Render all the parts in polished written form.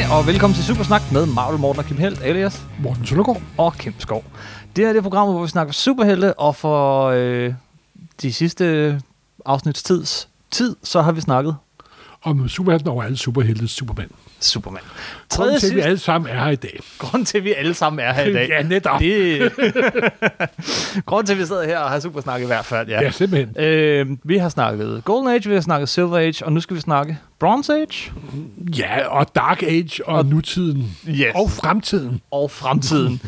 og velkommen til Supersnak med Marvel Morten og Kim Helt, alias Morten Søndergaard og Kim Skov. Det her er det program, hvor vi snakker superhelte, og for de sidste afsnits tid, så har vi snakket om superhelten over alle superhelte Superman. Grunden til, at vi alle sammen er her i dag. Grunden til, at vi alle sammen er her i dag. Ja, netop. Grunden til, at vi sidder her og har Supersnak i hvert fald. Ja, simpelthen. Vi har snakket Golden Age, vi har snakket Silver Age, og nu skal vi snakke Bronze Age. Ja, og Dark Age og nutiden. Yes. Og fremtiden.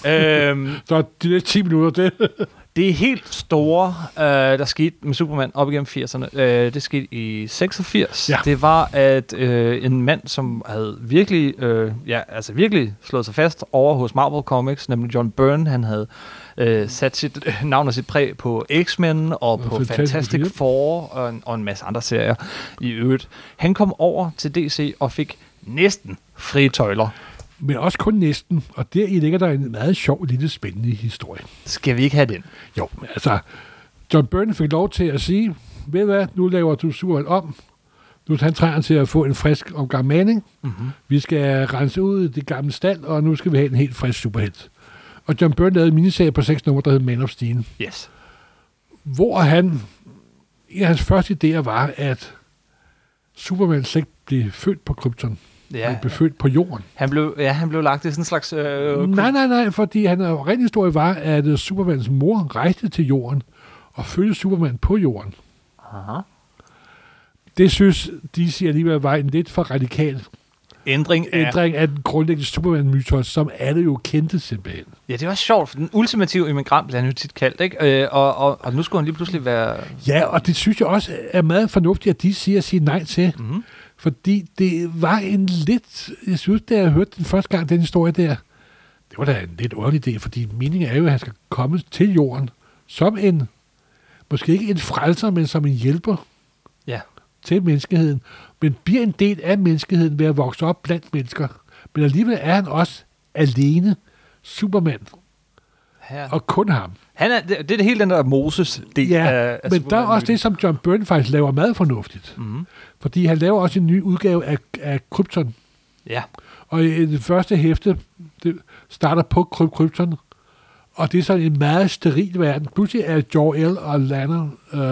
Så de næste 10 minutter, Det er helt store, der skete med Superman op igennem 80'erne. Det skete i 86. Ja. Det var, at en mand, som havde virkelig, virkelig slået sig fast over hos Marvel Comics, nemlig John Byrne, han havde sat sit navn og sit præg på X-Men og på Fantastic Four og en masse andre serier i øvrigt. Han kom over til DC og fik næsten frie tøjler. men også kun næsten. Og deri ligger der en meget sjov, lille spændende historie. Skal vi ikke have den? Jo, altså, John Byrne fik lov til at sige, ved du hvad, nu laver du Superman om. Nu han trænger til at få en frisk omgang maning. Mm-hmm. Vi skal rense ud det gamle stald, og nu skal vi have en helt frisk superhelt. Og John Byrne lavede en miniserie på 6 numre, der hed Man of Steel. Yes. Hvor en af hans første idéer var, at Superman slet ikke blev født på Krypton. Ja. Han blev født på jorden. Han blev lagt i sådan en slags... Nej, fordi hans oprindelige historie var, at Supermans mor rejste til jorden og fødte Superman på jorden. Aha. Det synes DC alligevel var en lidt for radikal ændring af den grundlæggende Superman-mytos, som alle jo kendte simpelthen. Ja, det var sjovt, for den ultimative immigrant bliver han jo tit kaldt, ikke? Og nu skulle han lige pludselig være... Ja, og det synes jeg også er meget fornuftigt, at de siger nej til. Mm-hmm. Fordi det var en lidt... Jeg synes, da jeg hørte den første gang, den historie der, det var da en lidt ordentlig idé, fordi meningen er jo, at han skal komme til jorden som en... Måske ikke en frelser, men som en hjælper. Ja. Til menneskeheden, men bliver en del af menneskeheden ved at vokse op blandt mennesker. Men alligevel er han også alene Superman. Her. Og kun ham. Det er det hele den der Moses-del af men Superman. Der er også det, som John Byrne faktisk laver meget fornuftigt. Mm-hmm. Fordi han laver også en ny udgave af Krypton. Ja. Og i det første hæfte, det starter på Krypton, og det er sådan en meget steril verden. Pludselig er Jor-El og Lana...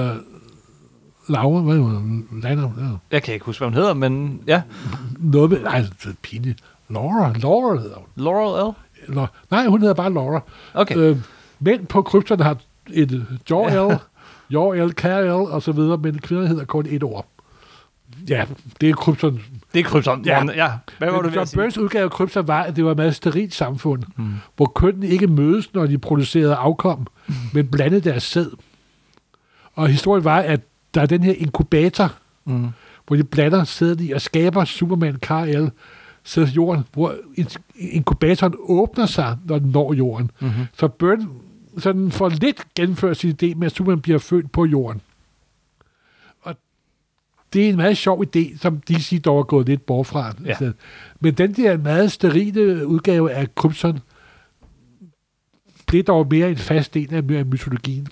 Laura, hvad er det? Lana? Ja. Jeg kan ikke huske, hvad hun hedder, men ja. Noget med... Nej, det er pinligt. Laura hedder hun. Laurel L? Nej, hun hedder bare Laura. Okay. Mænd på Krypton har et Jor-El, Jor-El, Kal-El og så videre, men kvinder hedder kun et ord. Ja, det er Krypton. Det er Krypton, ja. Hvad var det, John Byrnes udgave af Krypton var, at det var et meget sterilt samfund, hvor kønnene ikke mødes, når de producerede afkom, men blandede deres sæd. Og historien var, at der er den her inkubator, hvor de blander sædet i og skaber Superman, Kal-El, sædet til jorden, hvor inkubatoren åbner sig, når den når jorden. Mm-hmm. Så Byrne sådan får lidt gennemført sin idé med, at Superman bliver født på jorden. Og det er en meget sjov idé, som DC dog er gået lidt bort fra. Ja. Altså, men den der meget sterile udgave af Krypton blev dog mere en fast del af mytologien.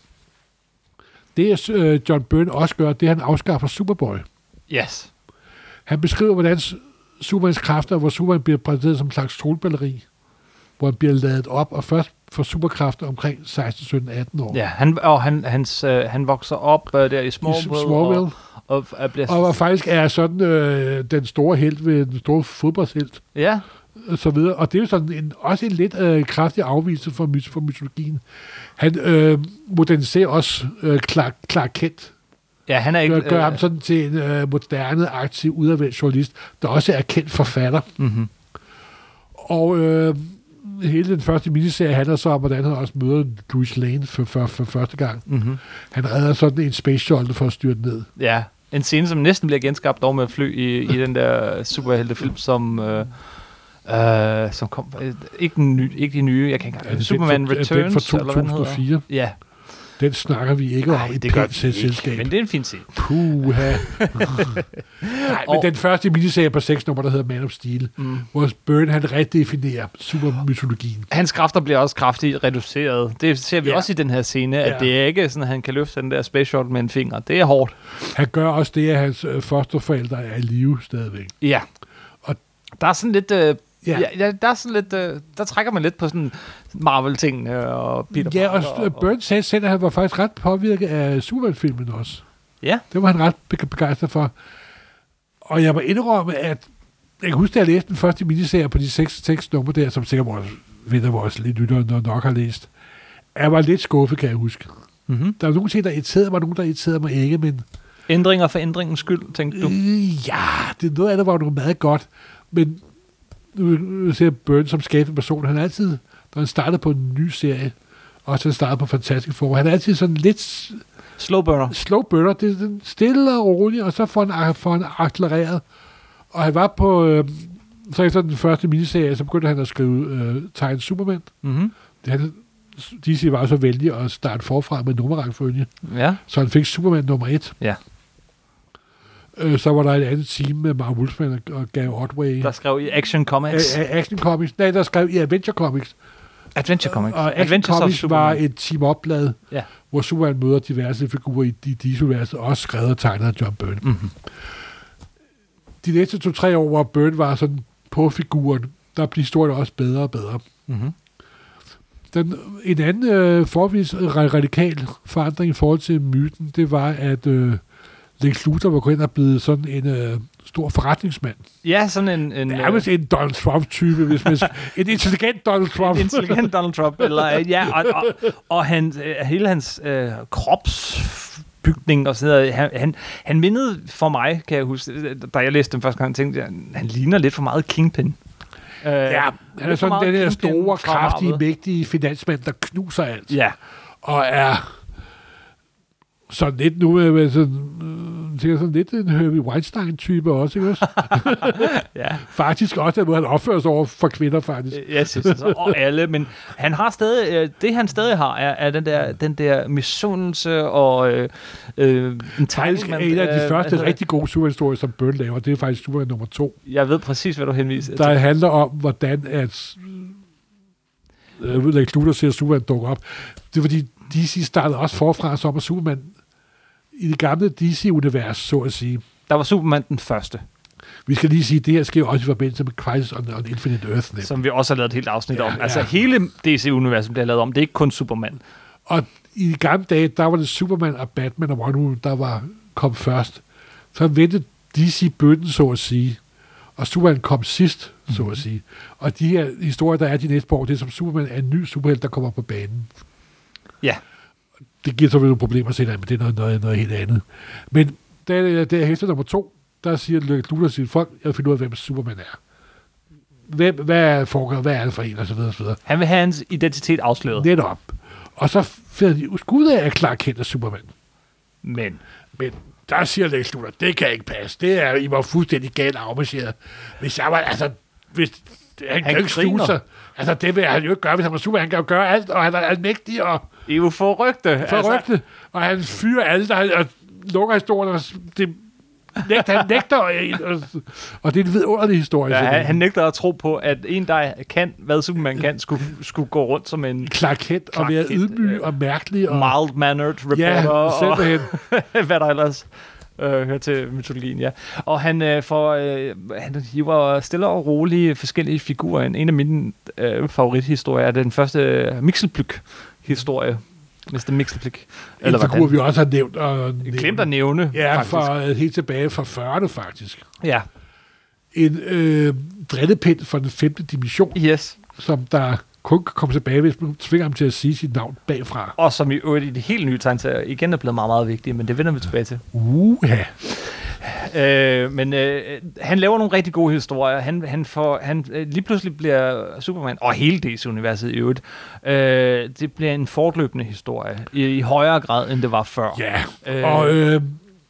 Det John Byrne også gør, det er, at han afskaffer Superboy. Yes. Han beskriver, hvordan Supermans kræfter, hvor Superman bliver præsenteret som en slags solbatteri, hvor han bliver ladet op, og først får superkræfter omkring 16, 17, 18 år. Ja, han vokser op der i Smallville. Og faktisk er sådan den store helt ved den store fodboldshelt. Ja. Så videre. Og det er jo sådan også en lidt kraftig afvigelse for mytologien. Han moderniserer også Clark Kent. Ja, han er ikke... Gør ham sådan til en moderne, aktiv, udadvendt journalist, der også er kendt forfatter. Mm-hmm. Og hele den første miniserie handler så om, hvordan han også møder Louis Lane for første gang. Mm-hmm. Han redder sådan en space shuttle for at styrte ned. Ja, en scene, som næsten bliver genskabt dog med fly i den der superheltefilm, som kom... Ikke de nye, jeg kan ikke engang... Superman Returns, den fra 2004. Ja. Den snakker vi ikke om i pænt selskab. Men det er en fin scene. Puha. Nej, men den første miniserie på 6 nummer, der hedder Man of Steel, hvor Byrne han redefinerer supermytologien. Hans kræfter bliver også kraftigt reduceret. Det ser vi også i den her scene, at det er ikke sådan, at han kan løfte den der space shuttle med en finger. Det er hårdt. Han gør også det, at hans fosterforældre er i live stadigvæk. Ja. Og Der er sådan lidt... Ja, der er sådan lidt... der trækker man lidt på sådan Marvel-tingene og Peter Parker. Ja, og Byrne sagde selv, at han var faktisk ret påvirket af Superman-filmen også. Ja. Det var han ret begejstret for. Og jeg må indrømme, at jeg kan huske, at jeg læste den første miniserie på de 6 numre der, som sikkert vores lidt lyttere nok har læst. Jeg var lidt skuffet, kan jeg huske. Mm-hmm. Der var nogle ting, der irriterede mig, nogle, der irriterede mig ikke, men... Ændringer for ændringens skyld, tænkte du? Ja, det er noget af det, var noget meget godt, men nu ser Byrne som skabende person, han er altid, når han startede på en ny serie, også han startede på Fantastic Four, han er altid sådan lidt... Slow burner. Det er stille og roligt, og så får han accelereret. Og han var på... så efter den første miniserie, så begyndte han at skrive tegn Superman. Mm-hmm. DC var så vældig at starte forfra med nummerrækkefølge. Ja. Så han fik Superman nummer 1. Ja. Så var der et andet team med Mark Wolfman og Gary Otway. Der skrev i Action Comics. Action Comics. Nej, der skrev i Adventure Comics. Og Action Comics var et team-opblad, hvor Superman møder diverse figurer i DC-universet, også skrevet og tegnet af John Byrne. Mm-hmm. De næste 2-3 år, hvor Byrne var sådan på figuren, der blev historien også bedre og bedre. Mm-hmm. En anden forvis radikal forandring i forhold til myten, det var, at Lex Luthor var gået ind og blevet sådan en stor forretningsmand. Ja, sådan en nærmest en Donald Trump-type, hvis man en intelligent Donald Trump. En intelligent Donald Trump, eller ja, og hele hans kropsbygning og sådan noget, han mindede for mig, kan jeg huske, da jeg læste den første gang, tænkte jeg, han ligner lidt for meget Kingpin. Ja, han er sådan den her store, kraftige, mægtige finansmand, der knuser alt. Ja. Og er sådan lidt nu, sådan lidt en Harvey Weinstein-type også, ikke også? Ja. Faktisk også, at han opfører sig over for kvinder, faktisk. Jeg synes så, og alle, men han har stadig, det han stadig har, er den der misundelse og en tegning. En af de første rigtig gode superhistorier, som Byrne laver, det er faktisk Superman nummer 2. Jeg ved præcis, hvad du henviser til. Der handler om, hvordan at Lex Luthor ser Superman dukke op. Det er fordi, DC startede også forfra som at Superman i det gamle DC-univers, så at sige. Der var Superman den første. Vi skal lige sige, at det her sker også i forbindelse med Crisis on Infinite Earth. Nemlig. Som vi også har lavet et helt afsnit om. Altså hele DC-universet bliver lavet om. Det er ikke kun Superman. Og i de gamle dage, der var det Superman og Batman og Wonder Woman, der kom først. Så ventede DC bøtten, så at sige. Og Superman kom sidst, så at sige. Og de her historier, der er de næste år, det er som Superman er en ny superhelt, der kommer på banen. Ja. Det giver så nogle problemer senere, men det er noget helt andet. Men der er hæfte nummer 2, der siger Lex Luthor til folk, jeg vil finde ud af, hvem Superman er. Hvad foregår, hvad er det for en, og så videre, og så videre. Han vil have hans identitet afsløret. Netop. Og så finder de skud af, at Clark Kent er Superman. Men der siger Lex Luthor, det kan ikke passe. Det er, I var fuldstændig galt afmarcheret. Hvis jeg var, han kan ikke skjule sig. Altså, det vil han jo ikke gøre, hvis han var Superman. Han kan jo gøre alt, og han er almægtig, og... I er jo forrygte. Og han fyrer alle, der lukker historien, og han nægter, og det er en vidunderlig historie. Ja, han nægter at tro på, at en, der kan, hvad Superman kan, skulle gå rundt som en... Clark Kent, og være ydmyg og mærkelig. Og mild-mannered reporter. Ja, simpelthen. Og hvad der ellers hører til mytologien, ja. Og han han hiver stille og rolige forskellige figurer. En af mine favorithistorier er den første Mixelplyk-historie. Mr. Mixelplyk. En figur, vi også har nævnt. Glemt at nævne, ja, helt tilbage fra 40'erne, faktisk. Ja. En drillepind fra den 5. dimension, som der kun kan komme tilbage, hvis man tvinger ham til at sige sit navn bagfra. Og som i øvrigt i de helt nye tegneserier igen er blevet meget, meget vigtige, men det vender vi tilbage til. Men han laver nogle rigtig gode historier. Han lige pludselig bliver Superman, og hele DC-universet i øvrigt, det bliver en fortløbende historie, i højere grad, end det var før. Ja, og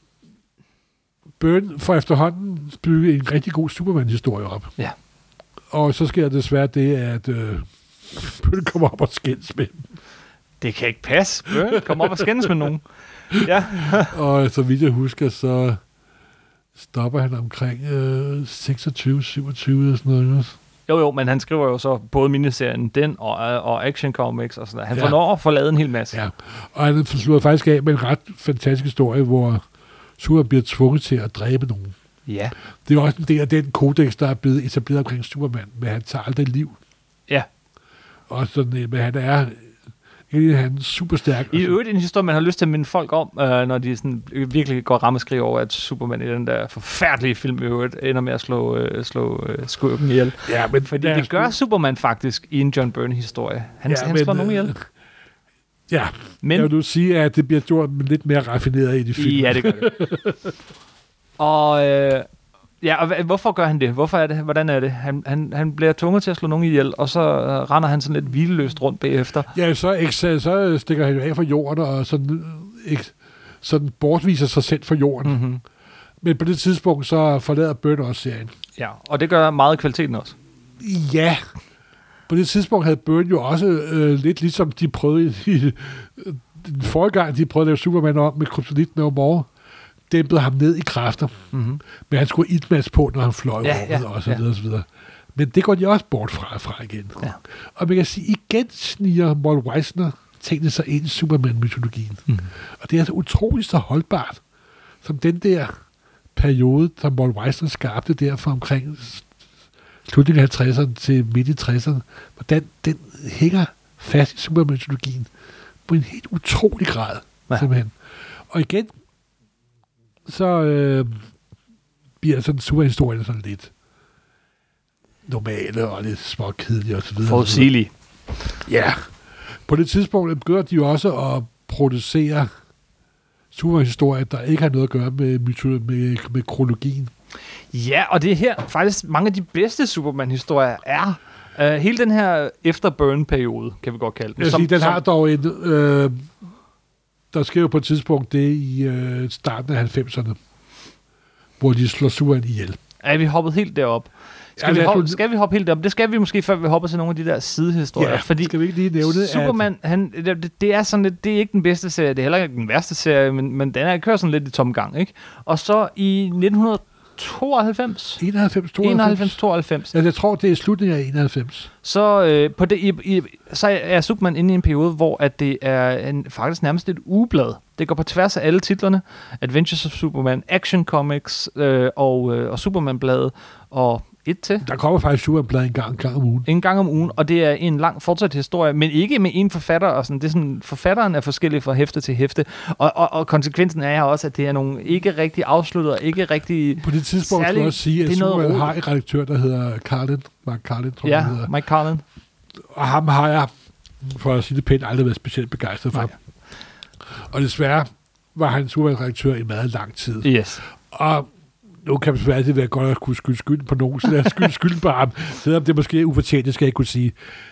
Byrne får efterhånden bygget en rigtig god Superman-historie op. Ja. Og så sker desværre det, at Byrne kommer op og skændes med dem. Det kan ikke passe. Byrne kommer op og skændes med nogen. Ja. Og så vidt jeg husker, så stopper han omkring 26-27 og sådan noget. Jo, men han skriver jo så både miniserien, den og Action Comics og sådan noget. Han får lov at få lavet en hel masse. Ja, og han slutter faktisk af med en ret fantastisk historie, hvor Superman bliver tvunget til at dræbe nogen. Ja. Det er også en del af den kodex, der er blevet etableret omkring Superman, men han tager aldrig liv. Ja. Og sådan, men han er super stærk. I øvrigt en historie, man har lyst til at minde folk om, når de sådan virkelig går rammeskrig over, at Superman i den der forfærdelige film i øvrigt ender med at slå skurken ihjel. Ja, men fordi det gør Superman faktisk i en John Byrne-historie. Han slår nogen ihjel. Ja, men jeg vil nu sige, at det bliver gjort lidt mere raffineret i de film. Ja, det gør det. Og hvorfor gør han det? Hvorfor er det? Hvordan er det? Han bliver tvunget til at slå nogen ihjel, og så render han sådan lidt hvileløst rundt bagefter. Ja, så stikker han jo af fra jorden, og sådan bortviser sig selv fra jorden. Mm-hmm. Men på det tidspunkt, så forlader Byrne også serien. Ja, og det gør meget kvaliteten også. Ja, på det tidspunkt havde Byrne jo også lidt ligesom de prøvede den forrige gang, de prøvede at lave Superman om med Kryptonit No More, dæmpede ham ned i kræfter. Mm-hmm. Men han skulle iltmads på, når han fløj rummet, og så videre, og så videre. Men det går de også bort fra igen. Ja. Og man kan sige, igen sniger Walt Eisner tingene sig ind i Superman-mytologien. Mm. Og det er altså utroligt så holdbart, som den der periode, som Walt Eisner skabte der fra omkring slutningen af 50'erne til midt i 60'erne, hvordan den hænger fast i Superman-mytologien på en helt utrolig grad. Ja. Simpelthen. Og igen, så bliver sådan en superhistorie sådan lidt normale og lidt småkedelige og så videre. Forudsigelige. Ja. På det tidspunkt begynder de jo også at producere superhistorier, der ikke har noget at gøre med kronologien. Ja, og det er her faktisk mange af de bedste Superman-historier er. Hele den her efter Byrne-periode, kan vi godt kalde den. Den har dog en... der sker jo på et tidspunkt det i starten af 90'erne, hvor de slår Superman ihjel. Er vi hoppet helt derop? Skal vi hoppe helt derop? Det skal vi måske, før vi hopper til nogle af de der sidehistorier. Ja, fordi skal vi ikke lige nævne Superman, det er sådan lidt, det er ikke den bedste serie, det er heller ikke den værste serie, men den kører sådan lidt i tomgang, ikke? Og så i 1992. 91-92. Ja, jeg tror, det er slutningen af 91. Så, så er Superman inde i en periode, hvor at det er faktisk nærmest et ugeblad. Det går på tværs af alle titlerne. Adventures of Superman, Action Comics og Superman-bladet og et til. Der kommer faktisk Superman-bladet en gang om ugen. En gang om ugen, og det er en lang fortsat historie, men ikke med en forfatter. Og sådan. Det er sådan, forfatteren er forskellig fra hæfte til hæfte. Og konsekvensen er også, at det er nogle ikke rigtig afsluttet og ikke rigtig... På det tidspunkt skal jeg også sige, at Superman har en redaktør, der hedder Mark Carlin, tror jeg, hedder. Mike Carlin. Og ham har jeg, for at sige det pænt, aldrig været specielt begejstret for. Nej. Og desværre var han Superman-redaktør i meget lang tid. Yes. Og nu kan man selvfølgelig altid være godt at kunne skylden på nogen, så der skylden på ham, selvom det måske er ufortjent, det skal jeg ikke kunne sige.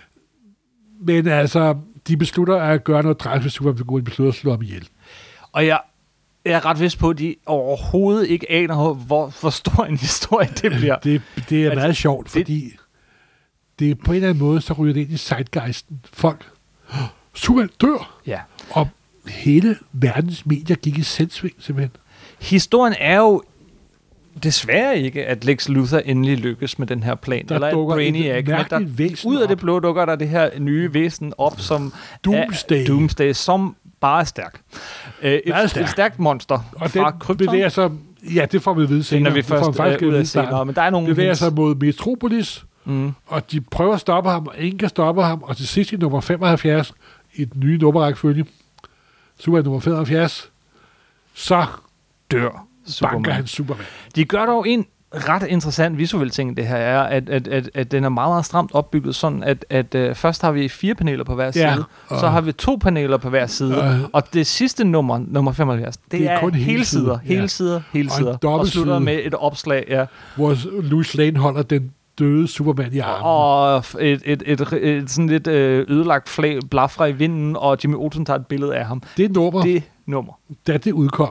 Men altså, de beslutter at gøre noget drejt med Superman-figuren, de beslutter at slå ham ihjel. Og jeg er ret vist på, at de overhovedet ikke aner, hvor stor en historie det bliver. Det er meget sjovt, fordi det er på en eller anden måde, så ryger det ind i zeitgeisten. Folk, Superman dør! Ja. Og hele verdens medier gik i selvsving, simpelthen. Historien er jo desværre ikke, at Lex Luthor endelig lykkes med den her plan. Der eller dukker Brainiac, et væsen ud af det blå dukker der det her nye væsen op, som Doomsday, som bare er stærk. Et stærkt monster og fra Krypton. Bevæger sig, ja, det får vi at vide senere. Vi først ud af senere, men der er nogle bevæger sig mod Metropolis, og de prøver at stoppe ham, og ingen kan stoppe ham, og til sidst i nummer 75, i den nye nummerrækkefølge, Superman nummer 75, så dør banker han Superman. De gør dog en ret interessant visuel ting, det her er, at den er meget, meget stramt opbygget, sådan at først har vi 4 paneler på hver side, så har vi 2 paneler på hver side, og det sidste nummer 75, det er kun hele sider, og slutter med et opslag, hvor Lois Lane holder den døde Superman i armen. Og et sådan lidt ødelagt flag blaffer i vinden, og Jimmy Olsen tager et billede af ham. Det nummer. Da det udkom,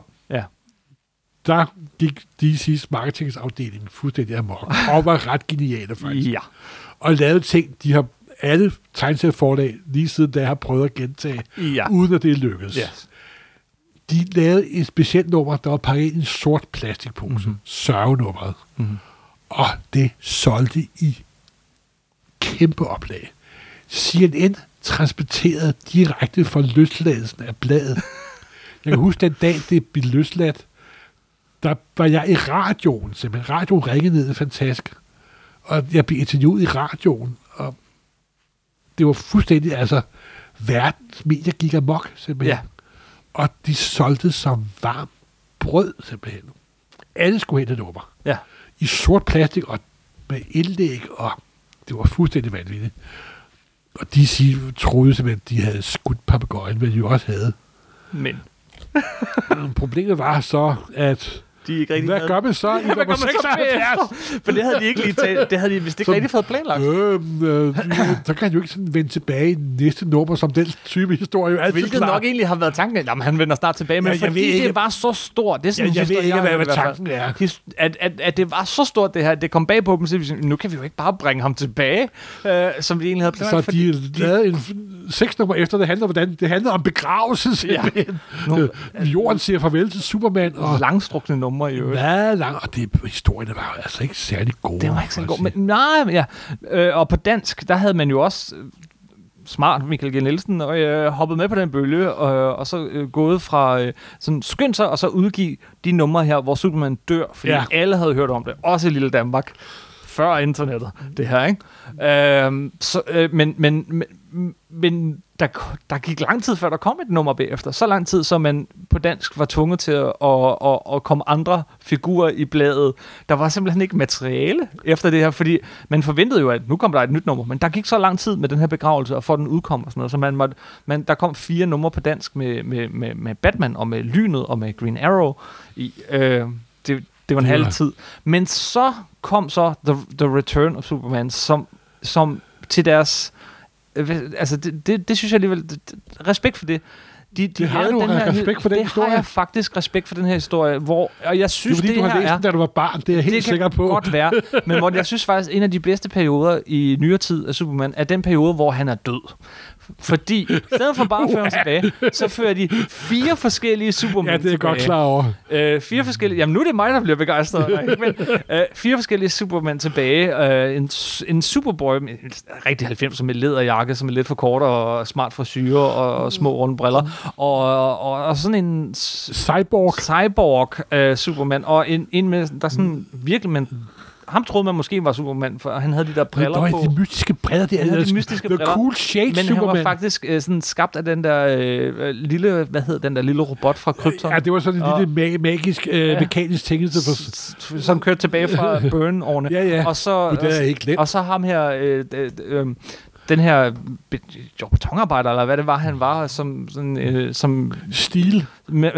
der gik DC's marketingsafdeling fuldstændig amok, og var ret geniale faktisk. Ja. Og lavede ting, de har alle tegneserieforlag lige siden da har prøvet at gentage, uden at det lykkedes. Yes. De lavede et specielt nummer, der var pakket ind i en sort plastikpose. Sørgenummeret. Og det solgte i kæmpe oplag. CNN transporterede direkte fra løsladelsen af bladet. Jeg kan huske den dag, det blev løsladt, der var jeg i radioen, simpelthen. Radioen ringede ned, fantastisk. Og jeg blev interviewet i radioen, og det var fuldstændig, altså, verdens medier gik amok, simpelthen. Ja. Og de solgte som varmt brød, simpelthen. Alle skulle hente nummer. Ja. I sort plastik, og med indlæg, og det var fuldstændig vanvittigt. Og de troede simpelthen, at de havde skudt papegøjen, hvad de jo også havde. Men problemet var så, at de ikke rigtig hvad gør man så i nummer 76? For det havde de ikke lige taget. Det havde de vist ikke rigtig fået planlagt. Så kan han jo ikke sådan vende tilbage i næste nummer, som den type historie jo altid hvilket klar. nok egentlig har været tanken. Jamen, han vender snart tilbage, men fordi ikke, det var så stort. Det er sådan jeg ved ikke, hvad tanken er. At det var så stort, det her. Det kom bag på dem, så nu kan vi jo ikke bare bringe ham tilbage, som vi egentlig havde planlagt. Så de lavede 6 nummer efter, det handlede om begravelse, simpelthen. Ja. Jorden siger farvel til Superman. Og langstrukne nummer i øvrigt. Og historien var altså ikke særlig god. Det var ikke særlig god. Men nej, ja. Og på dansk, der havde man jo også smart Michael G. Nielsen hoppet med på den bølge, og så gået fra sådan skyndt sig, og så udgive de numre her, hvor Superman dør, fordi alle havde hørt om det. Også i lille Danmark. Før internettet, det her, ikke? Men der gik lang tid, før der kom et nummer bagefter. Så lang tid, så man på dansk var tvunget til at komme andre figurer i bladet. Der var simpelthen ikke materiale efter det her, fordi man forventede jo, at nu kom der et nyt nummer, men der gik så lang tid med den her begravelse, og for den udkom og sådan noget, så der kom 4 numre på dansk med Batman, og med Lynet, og med Green Arrow i. Det var en halv tid. Men så kom så The Return of Superman, som til deres... Altså, det synes jeg alligevel... Respekt for det. De har du respekt for den historie? Har jeg faktisk respekt for den her historie, og jeg synes, det er fordi, du har læst den, da du var barn, det er jeg helt sikker på. Det kan godt være, men hvor jeg synes faktisk, en af de bedste perioder i nyere tid af Superman, er den periode, hvor han er død. Fordi, i stedet for bare at føre ham tilbage, så fører de 4 forskellige Superman tilbage. Ja, det er godt klar over. 4 forskellige... Jamen, nu er det mig, der bliver begejstret. Men 4 forskellige Superman tilbage. En Superboy, med rigtig 90'er med læderjakke, som er lidt for kort og smart frisyre og små runde briller. Og sådan en... Cyborg Superman. Og en med... Der sådan virkelig... Men ham troede man måske var Superman, for han havde de der briller på. De mystiske briller, det er de mystiske briller. Cool shade men Superman. Han var faktisk sådan skabt af den der lille, hvad hed den der lille robot fra Krypton? Ja, det var sådan en lille magisk, mekanisk tingelse. Som kørte tilbage fra Byrne-årene. Ja. Og så ham her... den her betonarbejder, eller hvad det var, han var, som Steel.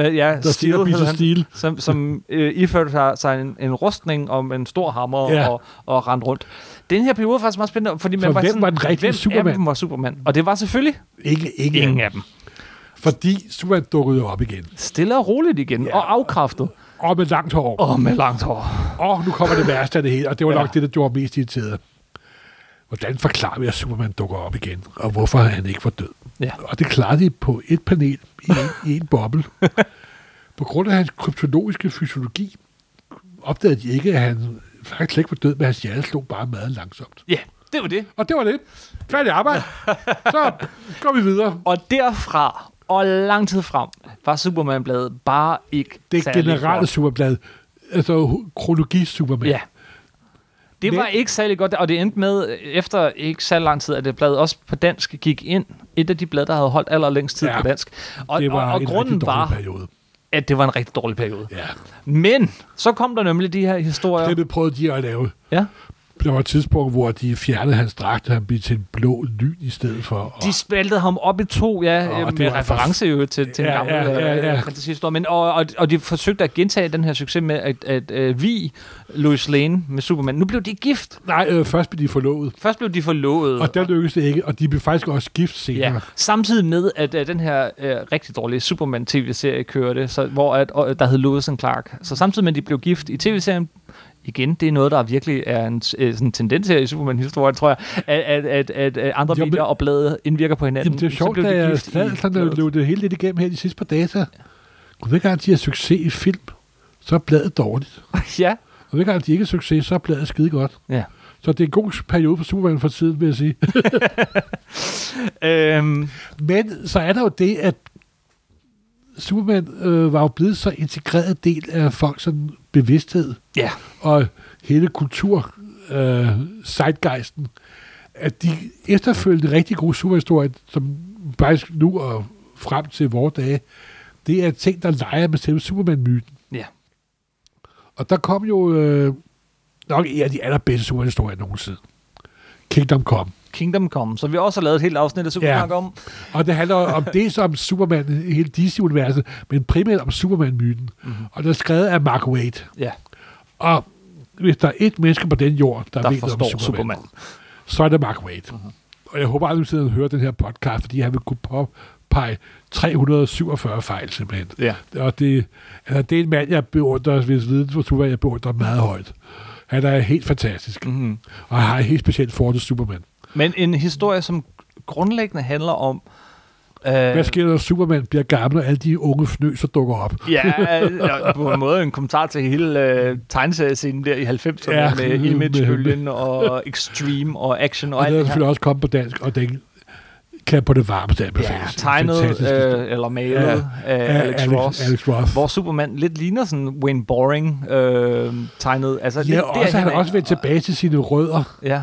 Steel, som iførte sig en rustning om en stor hammer og rendte rundt. Den her periode var faktisk meget spændende, fordi man var sådan, var den rigtige Superman? Hvem af dem var Superman? Og det var selvfølgelig ingen af dem. Fordi Superman dukkede op igen. Stille og roligt igen, og afkræftet. Og med langt hår. Og nu kommer det værste af det hele, og det var nok det, der gjorde mest irriteret. Hvordan forklarer vi, at Superman dukker op igen, og hvorfor han ikke var død? Ja. Og det klarede de på et panel i en boble. På grund af hans kryptologiske fysiologi opdagede de ikke, at han faktisk ikke var død, men hans hjerte slog bare meget langsomt. Ja, det var det. Og det var det. Færdig arbejde. Så går vi videre. Og derfra og lang tid frem var Superman-bladet bare ikke det generelle Superman-blad. Altså kronologi-Superman. Ja. Det var ikke særlig godt, og det endte med, efter ikke så lang tid, at det blad også på dansk gik ind. Et af de blad, der havde holdt allerlængst tid på dansk. Og grunden var, at det var en rigtig dårlig periode. Ja. Men så kom der nemlig de her historier. Det prøvede de at lave. Ja. Der var et tidspunkt, hvor de fjernede hans dragt, og han blev til en blå lyn i stedet for. De spaltede ham op i 2, med reference jo til en gammel fantasihistorie. Men, og de forsøgte at gentage den her succes med at vi Lois Lane med Superman. Nu blev de gift. Nej, først blev de forlovet. Og der lykkedes det ikke, og de blev faktisk også gift senere. Ja. Samtidig med, at den her rigtig dårlige Superman-tv-serie kørte, hvor der hed Lois and Clark. Så samtidig med, at de blev gift i tv-serien, igen, det er noget, der virkelig er en sådan tendens her i Superman-historien, tror jeg, at andre medier og blade indvirker på hinanden. Jamen, det er sjovt, da jeg løb det hele lidt igennem her de sidste par data. Og hver gang de har succes i film, så er bladet dårligt. Ja. Og hver gang de ikke har succes, så er bladet skide godt. Ja. Så det er en god periode for Superman for tiden, vil jeg sige. Men så er der jo det, at Superman var jo blevet så integreret del af folks sådan bevidsthed Ja. og hele zeitgeisten, at de efterfølgende rigtig gode superhistorier, som faktisk nu og frem til vores dage, det er ting, der leger med selve Superman-myten. Ja. Og der kom jo nok en af de allerbedste superhistorier nogensinde. Kingdom Come. Så vi også har lavet et helt afsnit af Superman om. Og det handler om det som Superman, hele DC-universet, men primært om Superman-myten. Mm-hmm. Og det er skrevet af Mark Waid. Ja. Og hvis der er et menneske på den jord, der ved forstår om Superman, så er det Mark Waid. Mm-hmm. Og jeg håber aldrig, at du hører den her podcast, fordi han vil kunne påpege 347 fejl simpelthen. Ja. Og det er en mand, jeg beundrer, hvis viden for Superman, jeg beundrer meget højt. Han er helt fantastisk. Mm-hmm. Og har et helt specielt forhold til Superman. Men en historie, som grundlæggende handler om... Hvad sker der, når Superman bliver gammel, og alle de unge fnøser dukker op? Ja, på en måde en kommentar til hele tegneseriescenen der i 90'erne med Image-bølgen og Extreme og Action og alt det her. Det er selvfølgelig også kommet på dansk, og den kan på det varmeste anbefales. Ja, tegnet eller malet af Alex Ross. Hvor Superman lidt ligner sådan Wayne Boring tegnet. Altså, ja, og han har også vendt tilbage til sine rødder. Ja.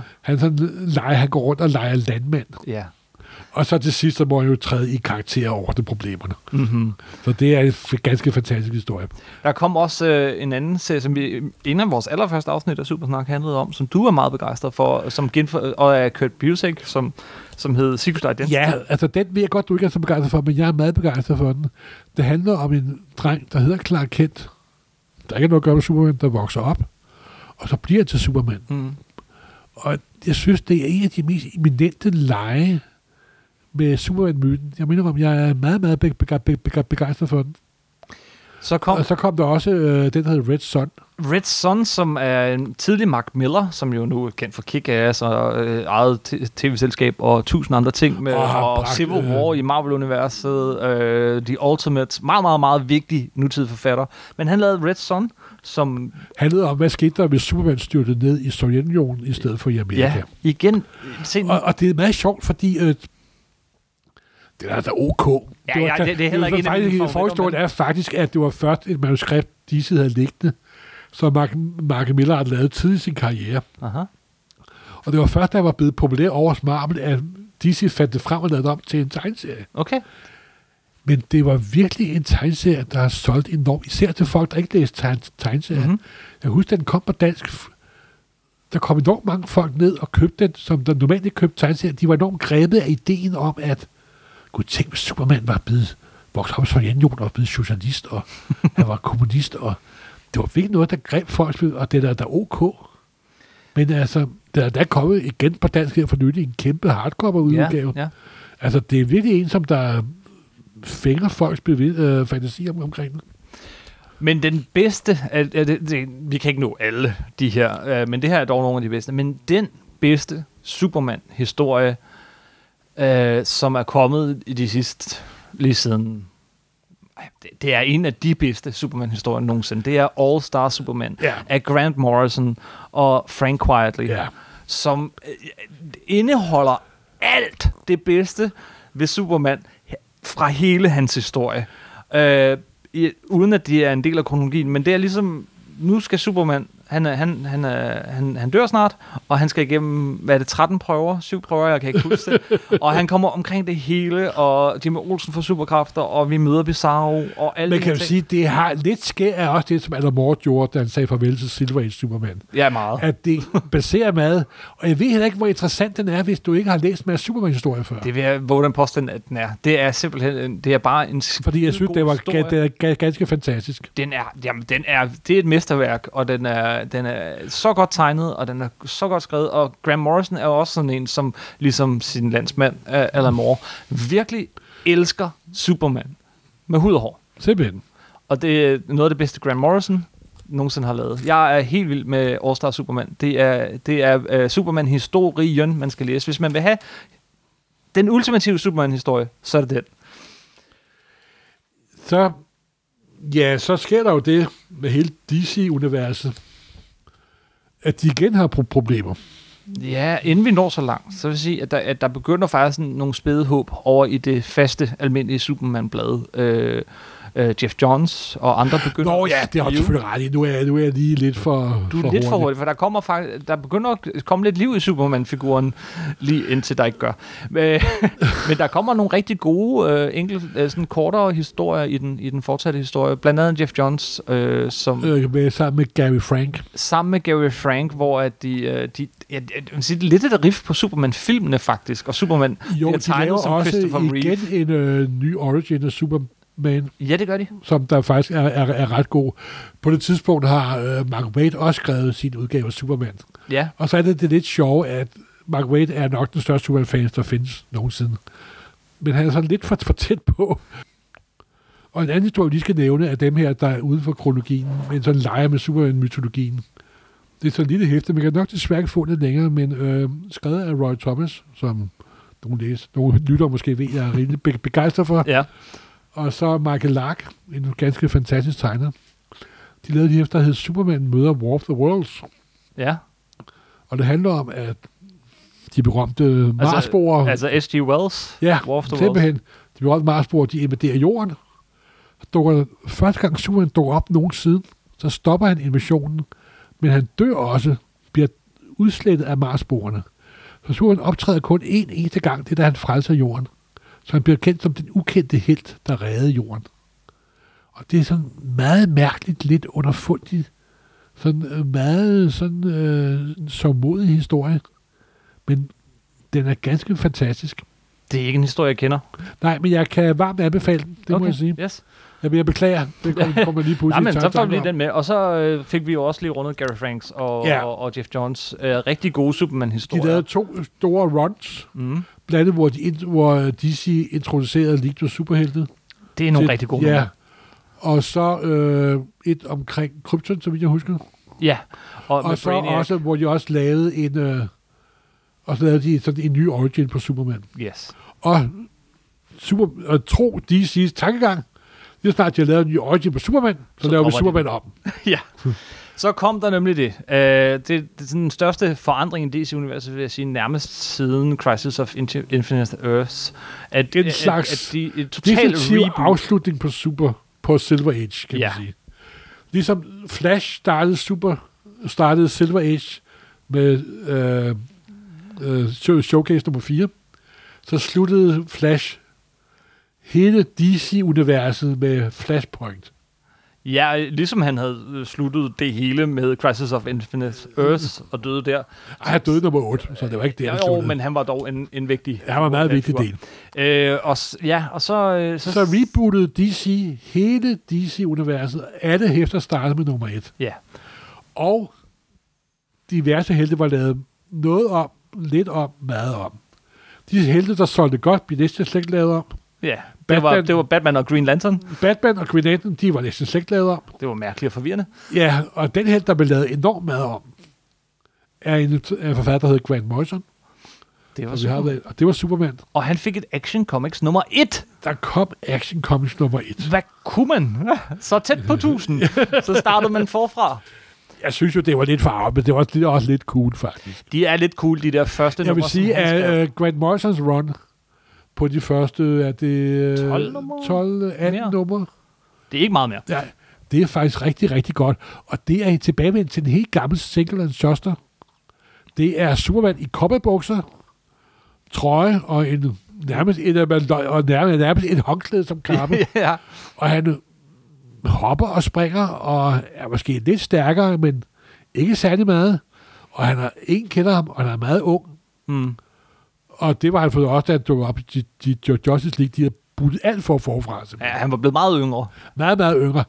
Han går rundt og leger landmand. Ja. Og så til sidst, så må han jo træde i karakter over de problemerne. Mm-hmm. Så det er en ganske fantastisk historie. Der kom også en anden serie, som en af vores allerførste afsnit af Supersnak handlede om, som du er meget begejstret for, og af Kurt Busiek, som hed Secret Identity. Ja, altså den ved jeg godt, du ikke er så begejstret for, men jeg er meget begejstret for den. Det handler om en dreng, der hedder Clark Kent. Der er ikke noget at gøre med Superman, der vokser op, og så bliver til Superman. Mm. Og jeg synes, det er en af de mest eminente lege med Superman-myten. Jeg mener, jeg er meget, meget begejstret for den. Så kom der også den, der hedder Red Son. Red Son, som er en tidlig Mark Miller, som jo nu er kendt for Kick-Ass og eget tv-selskab og 1000 andre ting, med, og Civil War i Marvel-universet, The Ultimate, meget, meget, meget vigtig nutidig forfatter. Men han lavede Red Son, som... handlede om, hvad skete der, hvis Superman styrtede ned i Sovjetunionen i stedet for i Amerika. Ja, igen. Og det er meget sjovt, fordi... det er da ok. Det er heller ikke en forhistorien er faktisk, at det var først et manuskript, DC havde liggende, som Mark Miller havde lavet tidligt i sin karriere. Aha. Og det var først, da jeg var blevet populær over Marvel, at DC fandt det frem og lavede det om til en tegneserie. Okay. Men det var virkelig en tegneserie, der har solgt enormt, især til folk, der ikke læste tegneserien. Mm-hmm. Jeg husker, den kom på dansk. Der kom enormt mange folk ned og købte den, som der normalt ikke købte tegneserien. De var enormt grebet af ideen om, at gud, tænk, hvis Superman var blevet vokset op i Sovjetunionen og blevet socialist, og han var kommunist, og det var virkelig noget, der greb folk, og det der ok. Men altså, der er kommet igen på dansk her for nylig en kæmpe hardcover-udgave. Ja. Altså, det er virkelig en, som der fænger folks fantasi omkring den. Men den bedste, vi kan ikke nå alle de her, men det her er dog nogle af de bedste, men den bedste Superman-historie, som er kommet i de sidste, lige siden, det er en af de bedste Superman-historier nogensinde. Det er All Star Superman af Grant Morrison og Frank Quitely, som indeholder alt det bedste ved Superman fra hele hans historie. Uden at det er en del af kronologien, men det er ligesom, nu skal Superman, han dør snart, og han skal igennem, hvad er det, 13 prøver? 7 prøver, jeg kan ikke huske det. Og han kommer omkring det hele, og Jimmy Olsen får superkræfter, og vi møder Bizarro, og alle. Men kan du sige, det har lidt sker af også det, som Alan Moore gjorde, da han sagde farvel til Silver Age Superman. Ja, meget. At det baserer meget. Og jeg ved heller ikke, hvor interessant den er, hvis du ikke har læst med Superman-historie før. Det vil jeg våge den påstand, at den er. Det er simpelthen, det er bare en fordi jeg synes, det er ganske fantastisk. Det er et mesterværk, og den er så godt tegnet, og den er så godt skrevet, og Grant Morrison er jo også sådan en, som ligesom sin landsmand, Alan Moore, virkelig elsker Superman med hud og hår. Simpelthen. Og det er noget af det bedste Grant Morrison nogensinde har lavet. Jeg er helt vild med All Star Superman. Det er Superman-historien, man skal læse. Hvis man vil have den ultimative Superman-historie, så er det den. Så sker der jo det med hele DC-universet, at de igen har problemer. Ja, inden vi når så langt, så vil jeg sige, at der begynder faktisk nogle spæde håb over i det faste, almindelige Superman-blad. Jeff Johns og andre begynder... Nå ja, det har du selvfølgelig ret i. Nu er jeg lige lidt for Du er lidt for hurtigt, for der begynder at komme lidt liv i Superman-figuren, lige indtil der ikke gør. Men der kommer nogle rigtig gode, sådan kortere historier i den fortsatte historie. Blandt andet Jeff Johns, som... sammen med Gary Frank. Sammen med Gary Frank, hvor at de lidt et riff på Superman-filmene faktisk, og Superman jo, de laver som også igen Reeve. en ny origin af Superman. Ja, det gør de. Som der faktisk er ret god. På det tidspunkt har Mark Waid også skrevet sin udgave af Superman. Ja. Og så er det lidt sjovt, at Mark Waid er nok den største Superman-fan, der findes nogensinde. Men han er sådan lidt for tæt på. Og en anden historie, vi lige skal nævne, er dem her, der er uden for kronologien, men sådan leger med Superman-mytologien. Det er sådan en lille hæfte, man kan nok desværre ikke få det længere, men skrevet af Roy Thomas, som nogle lytter måske ved, jeg er rimelig begejstret for. Ja. Og så Michael Lark, en ganske fantastisk tegner. De lavede de hæfter, der hed Superman møder War of the Worlds. Ja. Og det handler om, at de berømte Marsboere... Altså H.G. Wells? Ja, War of the simpelthen. De berømte Marsboere, de invaderer jorden. Første gang Superman dukker op nogensinde, så stopper han invasionen, men han dør også, bliver udslettet af Marsboerne. Så Superman optræder kun en eneste gang, det er da han frelser jorden. Så han bliver kendt som den ukendte helt, der reddede jorden. Og det er sådan meget mærkeligt, lidt underfundigt, sådan meget sørgmodig historie. Men den er ganske fantastisk. Det er ikke en historie, jeg kender. Nej, men jeg kan varmt anbefale den, det må jeg sige. Yes. Jeg beklager, det kommer lige pludselig. Nej, men så får vi lige den med. Og så fik vi jo også lige rundet Gary Franks og Jeff Johns rigtig gode Superman-historier. De lavede 2 store runs, blandt andet, hvor DC introducerede Legion Superhelte. Det er nogle rigtig gode nummer. Og så et omkring Krypton, så vidt jeg husker. Ja. Og så også, hvor de også lavede og så lavede de sådan en ny origin på Superman. Yes. Og tro DC's tankegang, lige snart de har lavet en ny origin på Superman, så laver vi Superman om. Ja. Så kom der nemlig det. Det er sådan den største forandring i DC-universet, vil jeg sige, nærmest siden Crisis of Infinite Earths. Det er en slags definitiv afslutning på Silver Age, kan man sige. Ligesom Flash startede Silver Age med Showcase nummer 4, så sluttede Flash hele DC-universet med Flashpoint. Ja, ligesom han havde sluttet det hele med Crisis of Infinite Earths og døde der. Han døde nummer 8, så det var ikke det, han sluttede. Men han var dog en vigtig... Han var en meget vigtig del. Og så rebootede DC hele DC-universet. Alle hæfter startede med nummer 1. Ja. Og diverse helte var lavet noget om, lidt om, meget om. De helte, der solgte godt, blev næsten slet ikke lavet om. Ja, det var Batman og Green Lantern. Batman og Green Lantern, de var næsten slet ikke lavet om. Det var mærkeligt og forvirrende. Ja, og den helt, der blev lavet enormt meget om, er en forfatter, der hedder Grant Morrison. Det var Superman. Og det var Superman. Og han fik et Action Comics nummer 1. Der kom Action Comics nummer 1. Hvad kunne man? Så tæt på 1000. Så startede man forfra. Jeg synes jo, det var lidt farvet, men det var også lidt cool, faktisk. De er lidt cool, de der første numre. Jeg vil sige, at Grant Morrisons run på de første, er det 12-18 numre? Det er ikke meget mere. Ja, det er faktisk rigtig, rigtig godt. Og det er tilbagevendt til en helt gammel single and shuster. Det er Superman i cowboybukser, trøje og nærmest et håndklæde som kappe. Ja. Og han hopper og springer, og er måske lidt stærkere, men ikke særlig meget. Og han har ingen kender ham, og han er meget ung. Mm. Og det var han fået også, da han dukkede op i Justice League. De havde budt alt forfra. Ja, han var blevet meget yngre. Meget, meget yngre.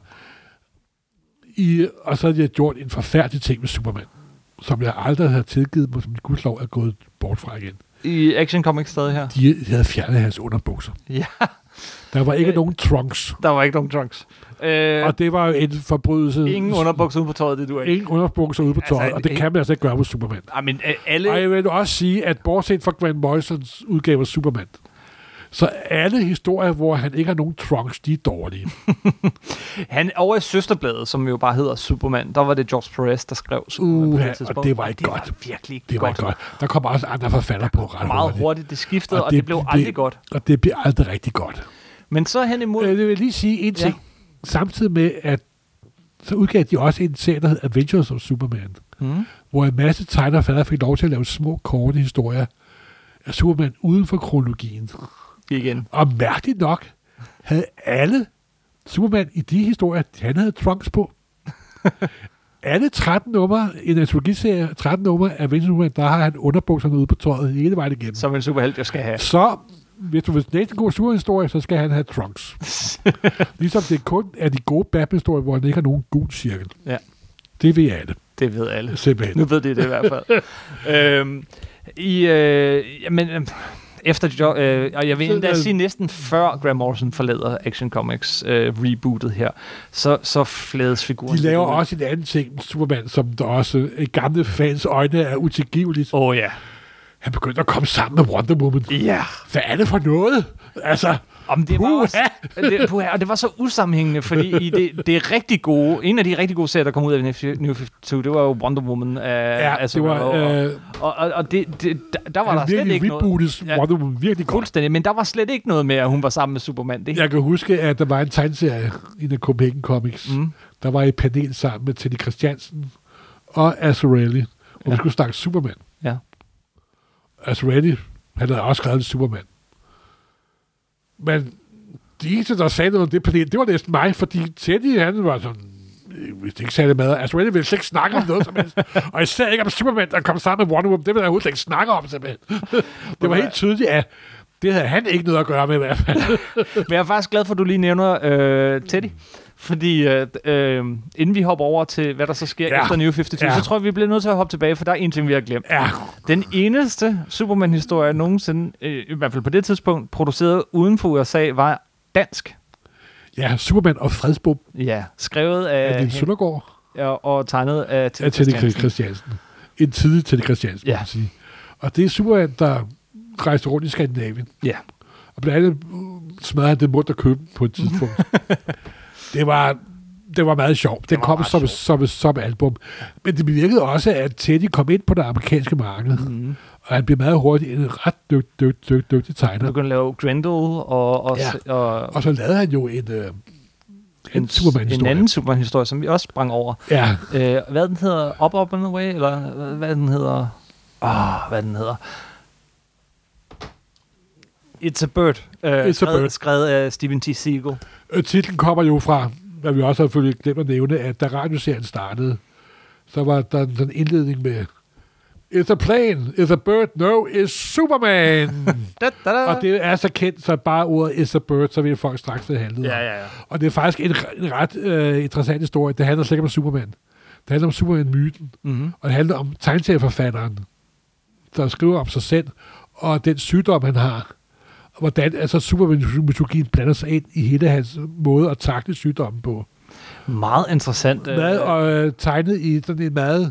Og så havde de gjort en forfærdelig ting med Superman, som jeg aldrig havde tilgivet mig, som de gudslov er gået bort fra igen. I Action Comics stadig her? De havde fjernet hans underbukser. Ja. Der var ikke nogen trunks. Og det var jo en forbrydelse. Ingen underbukser ude på tøjet, det du ikke. Ingen underbukser ude på tøjet, altså, og det kan man altså ikke gøre med Superman. Men alle... Og jeg vil også sige, at bortset fra Grant Morrisons udgave af Superman, så alle historier, hvor han ikke har nogen trunks, de er dårlige. Han over i Søsterbladet, som jo bare hedder Superman, der var det George Perez, der skrev Superman. Og det var ikke godt. Det var virkelig det var godt. Der kom også andre forfatter på ret meget hurtigt. Det skiftede, og det blev aldrig godt. Og det blev aldrig rigtig godt. Men så hen imod... Jeg vil lige sige en ting. samtidig med, at så udgav de også en serie, der hed Adventures of Superman, hvor en masse tegnere og fader fik lov til at lave små, korte historier af Superman uden for kronologien. Igen. Og mærkeligt nok havde alle Superman i de historier, han havde trunks på. Alle 13 numre i en antologiserie, 13 numre af Adventures of Superman, der har han underbukserne ude på tøjet hele vejen igennem. Som en superhelt, jeg skal have. Så, hvis du vil læse en god superhistorie, så skal han have trunks. Ligesom det kun er de gode Batman-historier, hvor han ikke har nogen gul cirkel. Ja. Det ved alle. Det ved alle. Simpelthen. Nu ved de det i hvert fald. Efter og jeg vil endda sige næsten før Grant Morrison forlader Action Comics rebootet her, så flædes figuren. De laver også en anden ting, Superman, som der også i gamle fans øjne er utilgiveligt. Ja. Han begyndte at komme sammen med Wonder Woman. Ja. Hvad er det for noget? Altså, det var også, og det var så usammenhængende, fordi i det rigtig gode, en af de rigtig gode serier, der kom ud af New 52, det var jo Wonder Woman. Det var... og der var der slet ikke noget. Wonder Woman virkelig godt. Fuldstændig, men der var slet ikke noget med, at hun var sammen med Superman. Jeg kan huske, at der var en tegneserie i den Copenhagen Comics. Der var et panel sammen med Teddy Christiansen og Azzarelli, og vi skulle snakke Superman. Ja. Azzarelli, han havde også skrevet Superman. Men de eneste, der sagde noget om det panel, det var næsten mig, fordi Teddy, han var sådan, hvis det ikke sagde det med, Azzarelli ville slet ikke snakke om noget som helst. Og især ikke om Superman, der kom sammen med Wonder Woman, det ville jeg overhovedet ikke snakke om simpelthen. Det var helt tydeligt, at det havde han ikke noget at gøre med i hvert fald. Men jeg er faktisk glad for, at du lige nævner Teddy. Fordi inden vi hopper over til, hvad der så sker efter New 52, så tror jeg, vi bliver nødt til at hoppe tilbage, for der er en ting, vi har glemt. Ja. Den eneste Superman-historie nogensinde, i hvert fald på det tidspunkt, produceret uden for USA, var dansk. Ja, Superman og Fredsbom. Ja, skrevet af Niels Søndergaard. Og tegnet af Teddy Christiansen. En tidlig Teddy Christiansen, kan man sige. Og det er Superman, der rejste rundt i Skandinavien. Ja. Og blandt andet smadrede han det mundt at købe på et tidspunkt. Det var meget sjovt. Den kom som album. Men det bevirkede også, at Teddy kom ind på det amerikanske marked. Og han blev meget hurtigt en ret dygtig tegner. Han begyndte at lave Grendel og så lavede han jo en Superman-historie. En anden Superman-historie, som vi også sprang over. Ja. Hvad den hedder? Up and Away? Eller hvad den hedder? Hvad den hedder? It's a Bird. Skrevet af Stephen T. Seagal. Titlen kommer jo fra, hvad vi også har selvfølgelig glemt at nævne, at da radioserien startede, så var der en indledning med It's a plane, it's a bird, no, it's Superman. Og det er så kendt, så bare ordet It's a bird, så vil folk straks det handlede om. Ja. Og det er faktisk en ret interessant historie. Det handler slet ikke om Superman. Det handler om Superman-myten. Og det handler om tegneserieforfatteren, der skriver om sig selv, og den sygdom, han har. Og hvordan altså Superman-mytologien blander sig ind i hele hans måde at takle sygdommen på. Meget interessant. Og tegnet i sådan en meget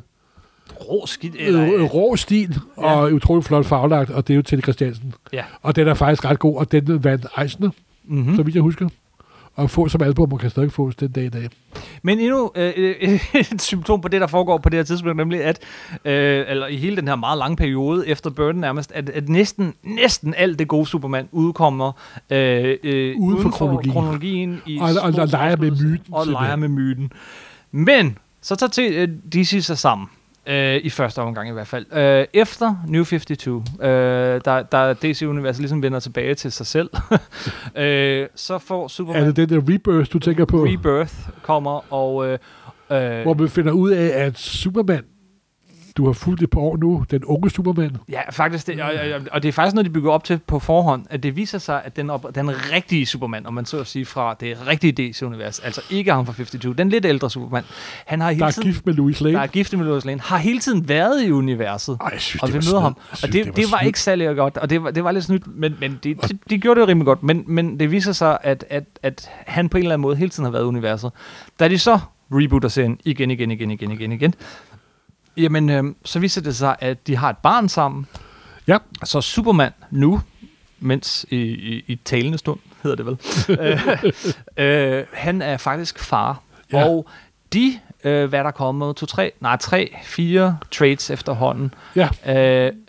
rå stil, og utrolig flot farvelagt, og det er jo Teddy Christiansen. Ja. Og den er faktisk ret god, og den vandt Eisner, så vidt jeg husker. Og få som album, man kan stadig få den dag i dag. Men endnu et symptom på det, der foregår på det her tidspunkt, nemlig at, eller i hele den her meget lange periode efter Burton nærmest, at næsten alt det gode Superman udkommer uden for kronologien. Og leger med myten. Og leger med myten. Men så tager DC sig sammen. I første omgang i hvert fald. Efter New 52, der DC-universet ligesom vender tilbage til sig selv, så får Superman... Er det den der Rebirth, du tænker på? Rebirth kommer, og... hvor man finder ud af, at Superman, du har fulgt et par år nu, den unge Superman. Ja, faktisk. Og det er faktisk noget, de bygger op til på forhånd, at det viser sig, at den rigtige Superman, om man så at sige, fra det rigtige DC-univers, altså ikke ham fra 52, den lidt ældre Superman, han har hele tiden... gift med Lois Lane. Der er gift med Lois Lane. Har hele tiden været i universet. Ej, jeg synes, og vi møder ham. Og det var ikke særlig godt, og det var lidt snydt, men de gjorde det jo rimelig godt. Men det viser sig, at han på en eller anden måde hele tiden har været i universet. Da de så rebooter serien igen, jamen, så viser det sig, at de har et barn sammen. Ja. Så Superman nu, mens i talende stund, hedder det vel, han er faktisk far. Ja. Og hvad der kommer, 3-4 trades efterhånden. Ja.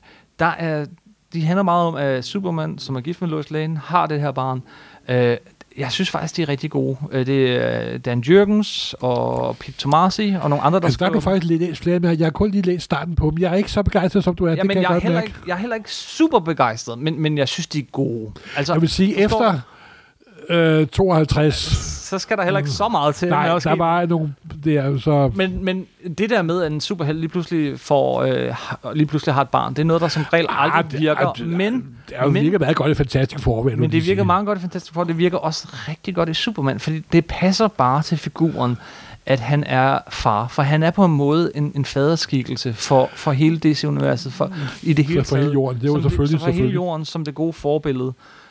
De handler meget om, at Superman, som er gift med Lois Lane, har det her barn. jeg synes faktisk, de er rigtig gode. Det er Dan Jürgens og Pete Tomasi og nogle andre, der altså, der er du faktisk læst flere med. Jeg har kun lige læst starten på dem. Jeg er ikke så begejstret, som du er. Ja, det men kan jeg er heller ikke super begejstret, men jeg synes, de er gode. Altså, jeg vil sige, efter 52... Så skal der heller ikke så meget til. Nej, der var nogle... Det er så... Men det der med, at en superhelt lige pludselig har et barn, det er noget, der som regel aldrig virker. Men det virker meget godt i Fantastic Four. Men det virker meget godt i Fantastic Four. Det virker også rigtig godt i Superman, fordi det passer bare til figuren, at han er far. For han er på en måde en faderskikkelse for hele DC-universet. I det hele for hele jorden. Det er jo selvfølgelig. For hele jorden som det gode forbillede.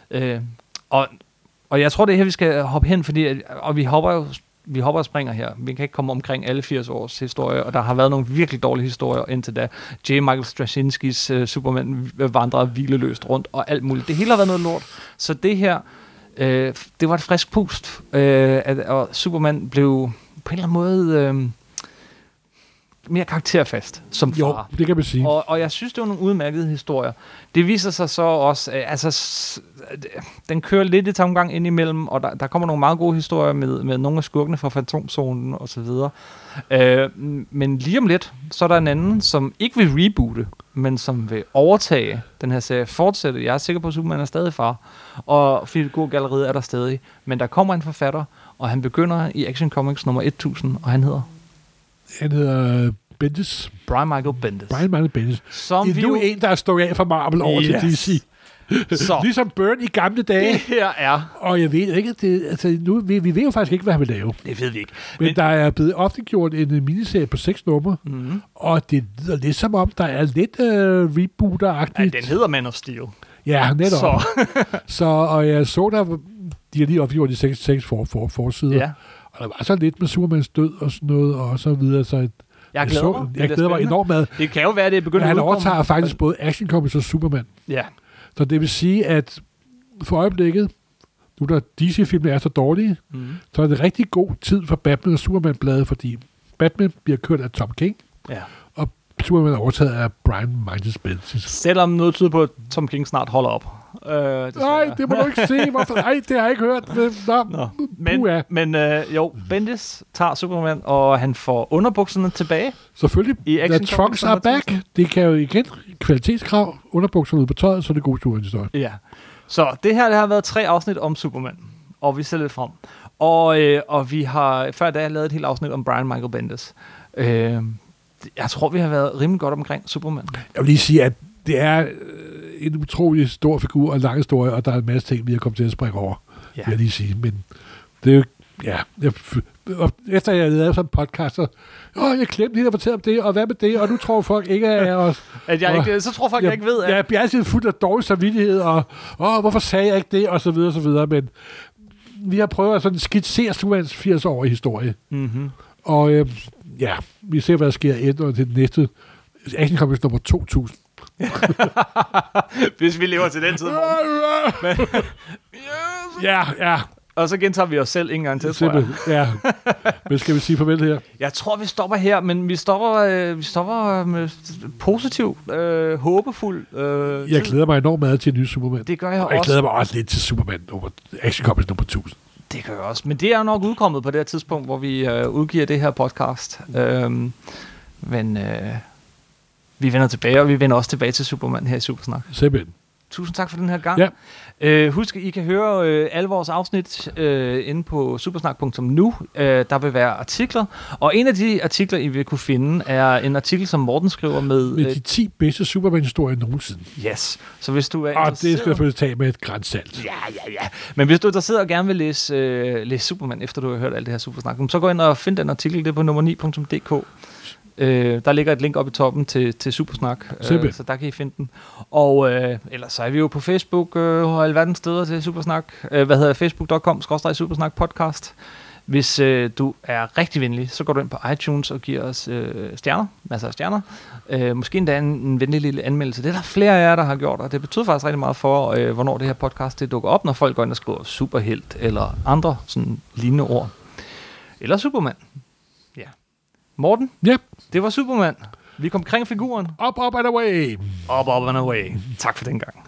Og jeg tror, det er her, vi skal hoppe hen, fordi vi hopper og springer her. Vi kan ikke komme omkring alle 80 års historie, og der har været nogle virkelig dårlige historier indtil da. J. Michael Straczynskis Superman vandrer hvileløst rundt, og alt muligt. Det hele har været noget lort. Så det her, det var et frisk pust, og Superman blev på en eller anden måde mere karakterfast som far. Jo, det kan man sige. Og jeg synes, det var nogle udmærkede historier. Det viser sig så også, den kører lidt i tomgang ind imellem, og der kommer nogle meget gode historier med nogle af skurkene fra Fantomzonen og så videre. Men lige om lidt, så er der en anden, som ikke vil reboote, men som vil overtage den her serie, fortsætte. Jeg er sikker på, at Superman er stadig far, og figurgalleriet er der stadig. Men der kommer en forfatter, og han begynder i Action Comics nummer 1000, og han hedder Bendis. Brian Michael Bendis. Som nu en, der er stået af fra Marvel over til DC. Så. Ligesom Byrne i gamle dage. Det her er... Og jeg ved ikke, vi ved jo faktisk ikke, hvad han vil lave. Det ved vi ikke. Men der er blevet offentliggjort en miniserie på 6 numre, og det lyder lidt som om, der er lidt rebooter-agtigt. Ja, den hedder Man of Steel. Ja, netop. Så og jeg så der, de har lige offentliggjort de 6 forsider. Ja. Og der var så lidt med Supermans død og sådan noget, og så videre, så... Jeg glæder mig enormt med. Det kan jo være, det er begyndt at han overtager faktisk både Action Comics og Superman. Ja. Så det vil sige, at for øjeblikket, nu der DC-filmene er så dårlige, så er det rigtig god tid for Batman og Superman-bladet, fordi Batman bliver kørt af Tom King, og Superman er overtaget af Brian Michael Bendis. Selvom noget tyder på, at Tom King snart holder op. Nej, det må du ikke se. Hvorfor? Nej, det har jeg ikke hørt. Men Bendis tager Superman, og han får underbukserne tilbage. Selvfølgelig. The trunks are back. Det kan jo igen kvalitetskrav. Underbukserne ud på tøjet, så det er god Superman-historie. Ja. Så det her har været 3 afsnit om Superman, og vi ser lidt frem. Og vi har før da lavet et helt afsnit om Brian Michael Bendis. Jeg tror, vi har været rimelig godt omkring Superman. Jeg vil lige sige, at det er en utrolig stor figur og en lang historie, og der er en masse ting, vi har kommet til at springe over, vil jeg lige sige. Men det er jo, efter jeg havde lavet sådan en podcast, så jeg glemte lige at fortælle om det, og hvad med det, og nu tror folk ikke, at jeg også... så tror folk, jeg ikke ved, at... Jeg bliver altid fuldt af dårlig samvittighed, og hvorfor sagde jeg ikke det, og så videre, og så videre, men vi har prøvet at sådan skitsere Supermans 80-årige historie. Mm-hmm. Og vi ser, hvad der sker efter til det næste Action Comics nummer 2000. Hvis vi lever til den tid. Ja. Og så gentager vi os selv en gang til, tror jeg. Ja. Men skal vi sige farvel her? Jeg tror, vi stopper her, men vi stopper med positiv, håbefuld. Jeg glæder mig enormt meget til en ny Superman. Det gør jeg også. Og jeg glæder mig også lidt til Superman Action Comics nummer 1000. Det gør jeg også. Men det er nok udkommet på det her tidspunkt, hvor vi udgiver det her podcast. Men vi vender tilbage, og vi vender også tilbage til Superman her i Supersnak. Simpelthen. Tusind tak for den her gang. Ja. Husk, I kan høre alle vores afsnit inde på supersnak.nu. Der vil være artikler, og en af de artikler, I vil kunne finde, er en artikel, som Morten skriver med de 10 bedste Superman-historier nogensinde. Yes. Så hvis du er interesseret... Og det skal jeg selvfølgelig tage med et grænsalt. Ja. Men hvis du er interesseret og gerne vil læse Superman, efter du har hørt alt det her Supersnak, så gå ind og find den artikel, det er på nummer9.dk. Der ligger et link op i toppen til Supersnak, så der kan I finde den. Og ellers så er vi jo på Facebook og alverdens steder til Supersnak. Facebook.com/Supersnak podcast. Hvis du er rigtig venlig, så går du ind på iTunes og giver os stjerner, masser af stjerner. Måske endda en venlig lille anmeldelse. Det er der flere af jer, der har gjort, og det betyder faktisk rigtig meget for, hvornår det her podcast det dukker op, når folk går ind og skriver superhelt eller andre sådan lignende ord. Eller Superman. Ja. Morten? Ja. Det var Superman. Vi kom kring figuren. Up and away. Up and away. Tak for den gang.